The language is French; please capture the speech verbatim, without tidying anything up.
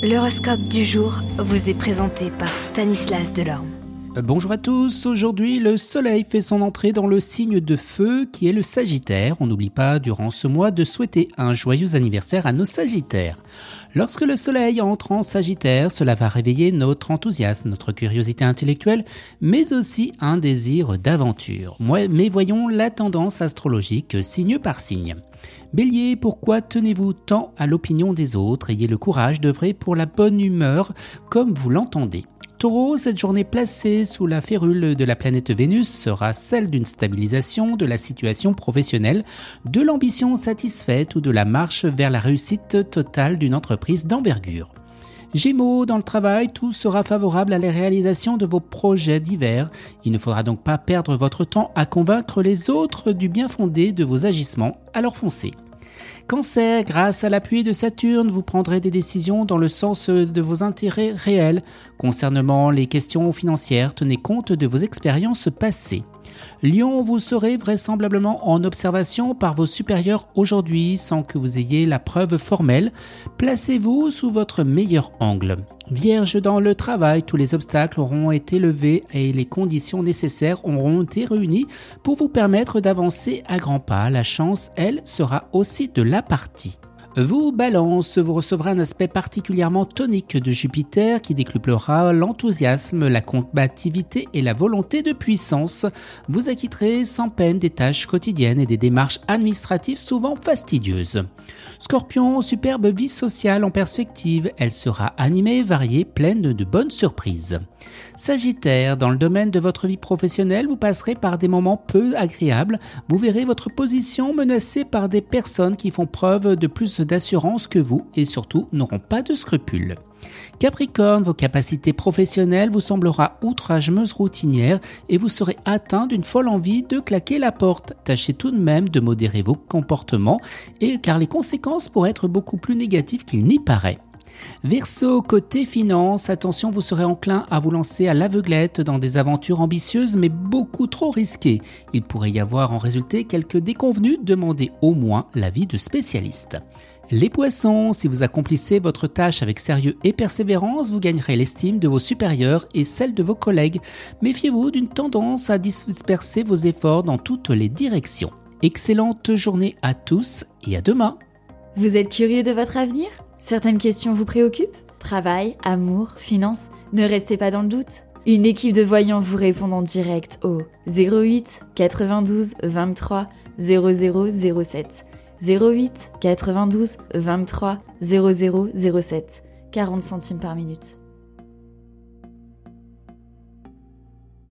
L'horoscope du jour vous est présenté par Stanislas Delorme. Bonjour à tous, aujourd'hui le soleil fait son entrée dans le signe de feu qui est le Sagittaire. On n'oublie pas durant ce mois de souhaiter un joyeux anniversaire à nos Sagittaires. Lorsque le soleil entre en Sagittaire, cela va réveiller notre enthousiasme, notre curiosité intellectuelle, mais aussi un désir d'aventure. Mais voyons la tendance astrologique signe par signe. Bélier, pourquoi tenez-vous tant à l'opinion des autres? Ayez le courage d'œuvrer pour la bonne humeur comme vous l'entendez. Taureau, cette journée placée sous la férule de la planète Vénus sera celle d'une stabilisation de la situation professionnelle, de l'ambition satisfaite ou de la marche vers la réussite totale d'une entreprise d'envergure. Gémeaux, dans le travail, tout sera favorable à la réalisation de vos projets divers. Il ne faudra donc pas perdre votre temps à convaincre les autres du bien fondé de vos agissements, alors foncez. Cancer, grâce à l'appui de Saturne, vous prendrez des décisions dans le sens de vos intérêts réels. Concernant les questions financières, tenez compte de vos expériences passées. Lion, vous serez vraisemblablement en observation par vos supérieurs aujourd'hui sans que vous ayez la preuve formelle. Placez-vous sous votre meilleur angle. Vierge, dans le travail, tous les obstacles auront été levés et les conditions nécessaires auront été réunies pour vous permettre d'avancer à grands pas. La chance, elle, sera aussi de la partie. Vous, Balance, vous recevrez un aspect particulièrement tonique de Jupiter qui décuplera l'enthousiasme, la combativité et la volonté de puissance. Vous acquitterez sans peine des tâches quotidiennes et des démarches administratives souvent fastidieuses. Scorpion, superbe vie sociale en perspective, elle sera animée, variée, pleine de bonnes surprises. Sagittaire, dans le domaine de votre vie professionnelle, vous passerez par des moments peu agréables. Vous verrez votre position menacée par des personnes qui font preuve de plus d'assurance que vous et surtout n'auront pas de scrupules. Capricorne, vos capacités professionnelles vous semblera outrageuse routinière et vous serez atteint d'une folle envie de claquer la porte. Tâchez tout de même de modérer vos comportements et car les conséquences pourraient être beaucoup plus négatives qu'il n'y paraît. Verseau, côté finance, attention, vous serez enclin à vous lancer à l'aveuglette dans des aventures ambitieuses mais beaucoup trop risquées. Il pourrait y avoir en résulté quelques déconvenues, demandez au moins l'avis de spécialistes. Les poissons, si vous accomplissez votre tâche avec sérieux et persévérance, vous gagnerez l'estime de vos supérieurs et celle de vos collègues. Méfiez-vous d'une tendance à disperser vos efforts dans toutes les directions. Excellente journée à tous et à demain. Vous êtes curieux de votre avenir ? Certaines questions vous préoccupent ? Travail, amour, finances ? Ne restez pas dans le doute. Une équipe de voyants vous répond en direct au zéro huit quatre-vingt-douze vingt-trois zéro zéro zéro sept. zéro huit quatre-vingt-douze vingt-trois zéro zéro zéro sept. quarante centimes par minute.